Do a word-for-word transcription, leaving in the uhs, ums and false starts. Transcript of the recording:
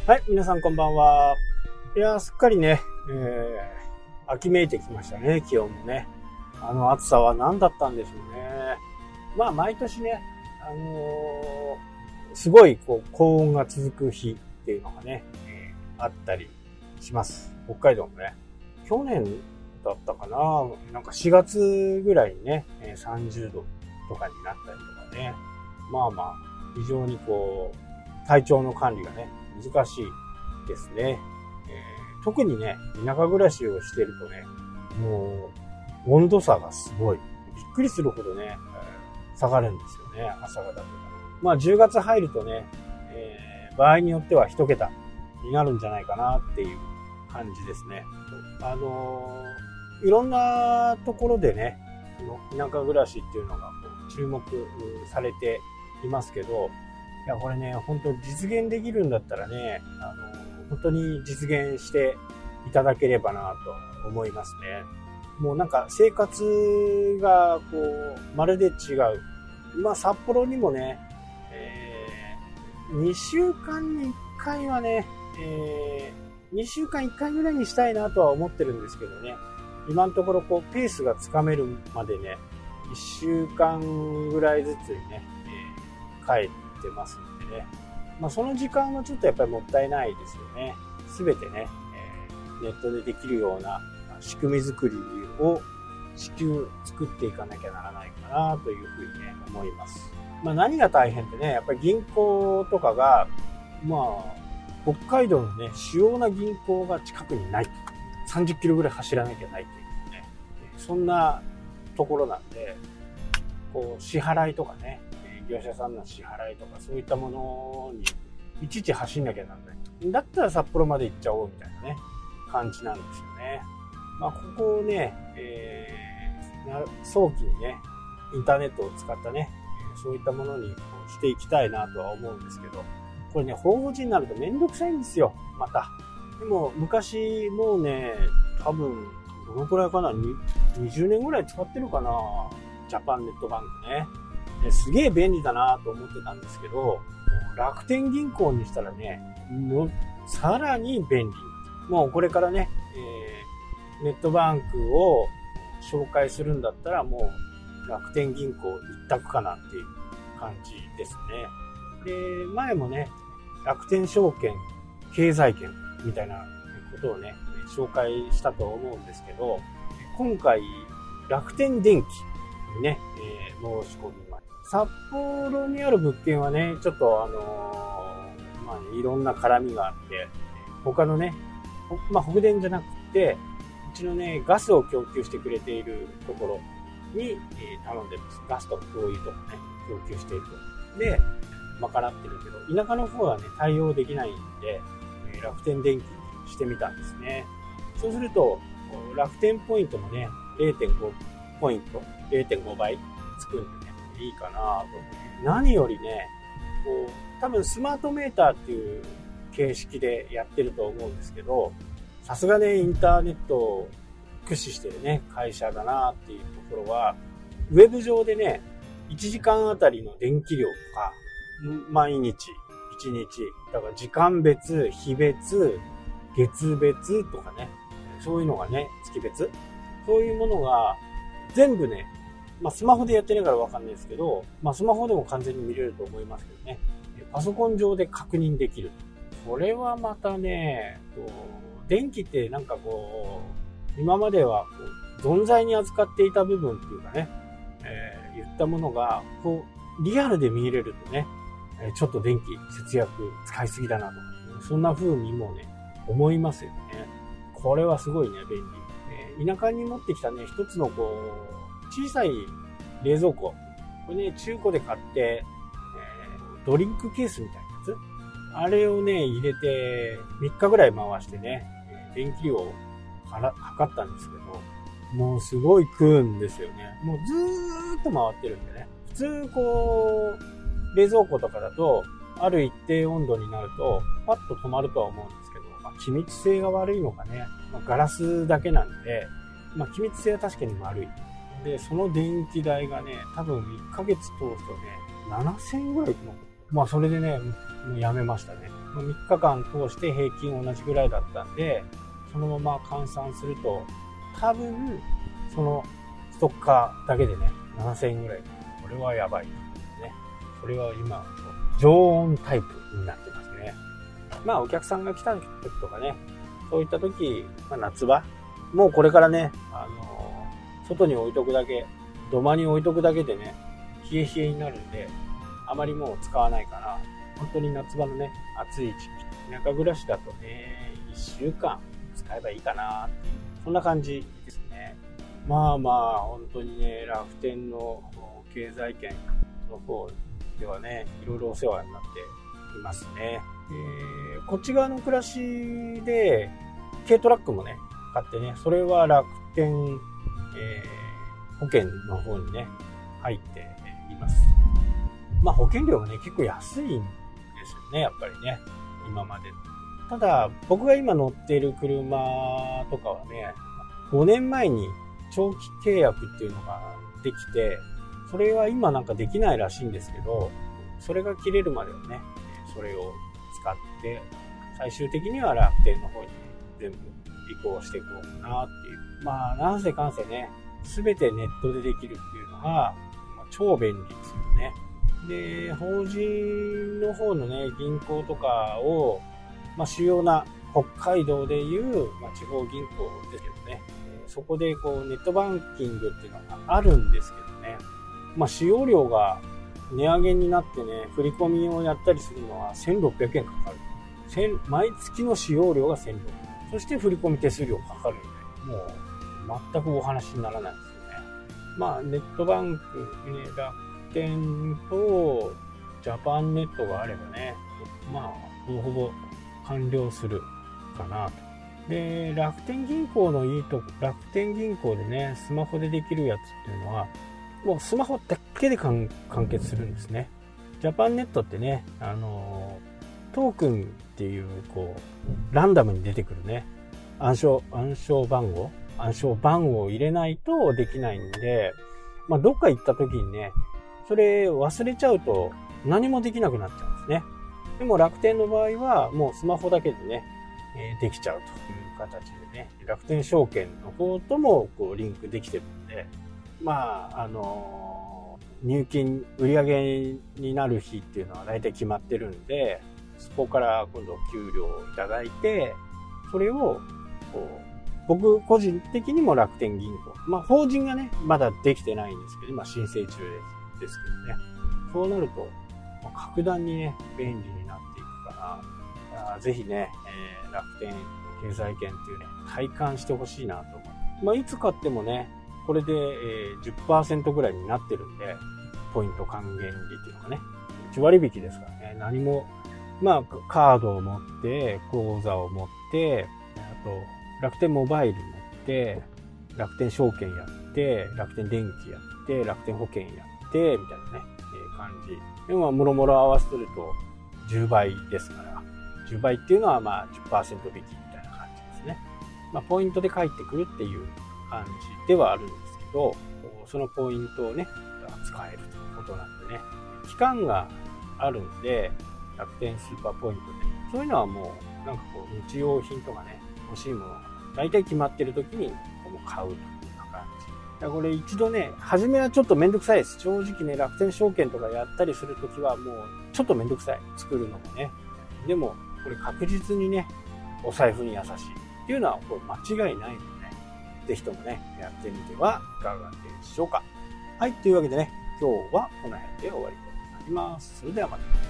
はい、皆さんこんばんは。いやー、すっかりね、えー、秋めいてきましたね、気温もね。あの暑さは何だったんでしょうね。まあ、毎年ね、あのー、すごいこう高温が続く日っていうのがね、えー、あったりします。北海道もね。去年だったかな、なんかしがつぐらいにね、さんじゅうどとかになったりとかね。まあまあ、非常にこう、体調の管理がね、難しいですね、えー。特にね、田舎暮らしをしてるとね、もう温度差がすごい。びっくりするほどね、えー、下がるんですよね、朝方とか。まあじゅうがつ入るとね、えー、場合によっては一桁になるんじゃないかなっていう感じですね。あのー、いろんなところでね、田舎暮らしっていうのがこう注目されていますけど、いや、これね、本当実現できるんだったらね、あの、本当に実現していただければなと思いますね。もうなんか生活がこう、まるで違う。まあ札幌にもね、えー、にしゅうかんにいっかいはね、えー、にしゅうかんいっかいぐらいにしたいなとは思ってるんですけどね、今のところこう、ペースがつかめるまでね、いっしゅうかんぐらいずつにね、えー、帰って、てますんでね。まあその時間はちょっとやっぱりもったいないですよね。すべてね、えー、ネットでできるような仕組み作りを至急作っていかなきゃならないかなというふうにね、思います。まあ何が大変ってね、やっぱり銀行とかが、まあ、北海道のね、主要な銀行が近くにない。さんじゅっキロぐらい走らなきゃないというね。そんなところなんで、こう、支払いとかね、業者さんの支払いとかそういったものにいちいち走んなきゃなんない。だったら札幌まで行っちゃおうみたいなね、感じなんですよね。まあここをね、えー、早期にね、インターネットを使ったね、そういったものにしていきたいなとは思うんですけど、これね、法人になるとめんどくさいんですよ、また。でも昔もうね、多分どのくらいかな、にじゅうねんぐらい使ってるかな、ジャパンネットバンクね。すげえ便利だなと思ってたんですけど、楽天銀行にしたらね、もうさらに便利。もうこれからね、えー、ネットバンクを紹介するんだったらもう楽天銀行一択かなっていう感じですね。で、前もね、楽天証券、経済圏みたいなことをね、紹介したと思うんですけど、今回楽天電機にね、えー、申し込みました。札幌にある物件はね、ちょっとあのー、まあ、いろんな絡みがあって、他のね、まあ、北電じゃなくて、うちのね、ガスを供給してくれているところに、えー、頼んでます。ガスとか灯油とかね、供給しているところで、賄ってるけど、田舎の方はね、対応できないんで、えー、楽天電気にしてみたんですね。そうすると、楽天ポイントもね、れいてんごポイント、れいてんごばいつくんでね、いいかなと思って。何よりね、こう、多分スマートメーターっていう形式でやってると思うんですけど、さすがね、インターネットを駆使してるね、会社だなっていうところは、ウェブ上でね、いちじかんあたりの電気量とか、毎日、いちにち、だから時間別、日別、月別とかね、そういうのがね、月別、そういうものが全部ね、まあスマホでやってないからわかんないですけど、まあスマホでも完全に見れると思いますけどね、パソコン上で確認できる。これはまたね、こう電気ってなんかこう、今まではこう存在に扱っていた部分っていうかね、えー、言ったものが、こう、リアルで見れるとね、ちょっと電気節約使いすぎだなとか、そんな風にもね、思いますよね。これはすごいね、便利。田舎に持ってきたね、一つのこう、小さい冷蔵庫。これね、中古で買って、えー、ドリンクケースみたいなやつ。あれをね、入れてみっかぐらい回してね、電気量を測ったんですけど、もうすごい食うんですよね。もうずーっと回ってるんでね。普通こう、冷蔵庫とかだと、ある一定温度になると、パッと止まるとは思うんですけど、まあ、気密性が悪いのかね、まあ、ガラスだけなんで、まあ、気密性は確かに悪い。で、その電気代がね、多分いっかげつ通すとね、ななせんえんぐらいいくの。まあ、それでね、もうやめましたね。 みっかかん通して平均同じぐらいだったんで、そのまま換算すると、多分、そのストッカーだけでね、ななせんえんぐらい。これはやばい。ね。それは今、常温タイプになってますね。まあ、お客さんが来た時とかね、そういった時、まあ、夏場、もうこれからね、あのー、外に置いとくだけ、土間に置いとくだけでね、冷え冷えになるんで、あまりもう使わないから、本当に夏場のね、暑い時期、田舎暮らしだとね、いっしゅうかん使えばいいかな、そんな感じですね。まあまあ、本当にね、楽天の経済圏の方ではね、いろいろお世話になっていますね。えー、こっち側の暮らしで、軽トラックもね、買ってね、それは楽天、えー、保険の方にね、入っています。まあ保険料がね、結構安いんですよね、やっぱりね、今まで。ただ、僕が今乗っている車とかはね、ごねんまえに長期契約っていうのができて、それは今なんかできないらしいんですけど、それが切れるまではね、それを使って、最終的には楽天の方に、ね、全部移行していこうかなっていう。まあ、なんせかんせね、すべてネットでできるっていうのが、まあ、超便利ですよね。で、法人の方のね、銀行とかを、まあ、主要な北海道でいう、まあ、地方銀行ですけどね、そこでこうネットバンキングっていうのがあるんですけどね、まあ、使用料が値上げになってね、振り込みをやったりするのはせんろっぴゃくえんかかる。毎月の使用料がせんろっぴゃくえん。そして振り込み手数料かかるんで、もう全くお話にならないですよね。まあ、ネットバンク、ね、楽天とジャパンネットがあればね、まあ、ほぼほぼ完了するかなと。で、楽天銀行のいいとこ、楽天銀行でね、スマホでできるやつっていうのは、もうスマホだけで完結するんですね。ジャパンネットってね、あのー、トークンっていう、こう、ランダムに出てくるね、暗証、暗証番号暗証番号を入れないとできないんで、まあ、どっか行った時にね、それ忘れちゃうと何もできなくなっちゃうんですね。でも楽天の場合は、もうスマホだけでね、えー、できちゃうという形でね、楽天証券の方ともこうリンクできてるんで、まあ、あのー、入金、売上になる日っていうのは大体決まってるんで、そこから今度給料をいただいて、それを、こう、僕個人的にも楽天銀行。まあ、法人がね、まだできてないんですけど、今申請中です。ですけどね。そうなると、格段にね、便利になっていくかな。ぜひね、えー、楽天経済圏っていうね、体感してほしいなと思う。まあ、いつ買ってもね、これで、えー、じゅっパーセント ぐらいになってるんで、ポイント還元利っていうのがね、いち割引ですからね、何も、まあ、カードを持って、口座を持って、あと、楽天モバイル持って、楽天証券やって、楽天電気やって、楽天保険やって、みたいなね、えー、感じ。でも、もろもろ合わせるとじゅうばいですから、じゅうばいっていうのはまあ じゅっパーセント 引きみたいな感じですね。まあ、ポイントで返ってくるっていう感じではあるんですけど、そのポイントをね、使えるということなんでね、期間があるんで、楽天スーパーポイントで、そういうのはもう、なんかこう、日用品とかね、欲しいものが大体決まってる時にもう買うというような感じ。だからこれ一度ね、初めはちょっとめんどくさいです。正直ね、楽天証券とかやったりするときはもうちょっとめんどくさい。作るのもね。でも、これ確実にね、お財布に優しいっていうのはこれ間違いないのでね、ぜひともね、やってみてはいかがでしょうか。はい、というわけでね、今日はこの辺で終わりとなります。それではまた。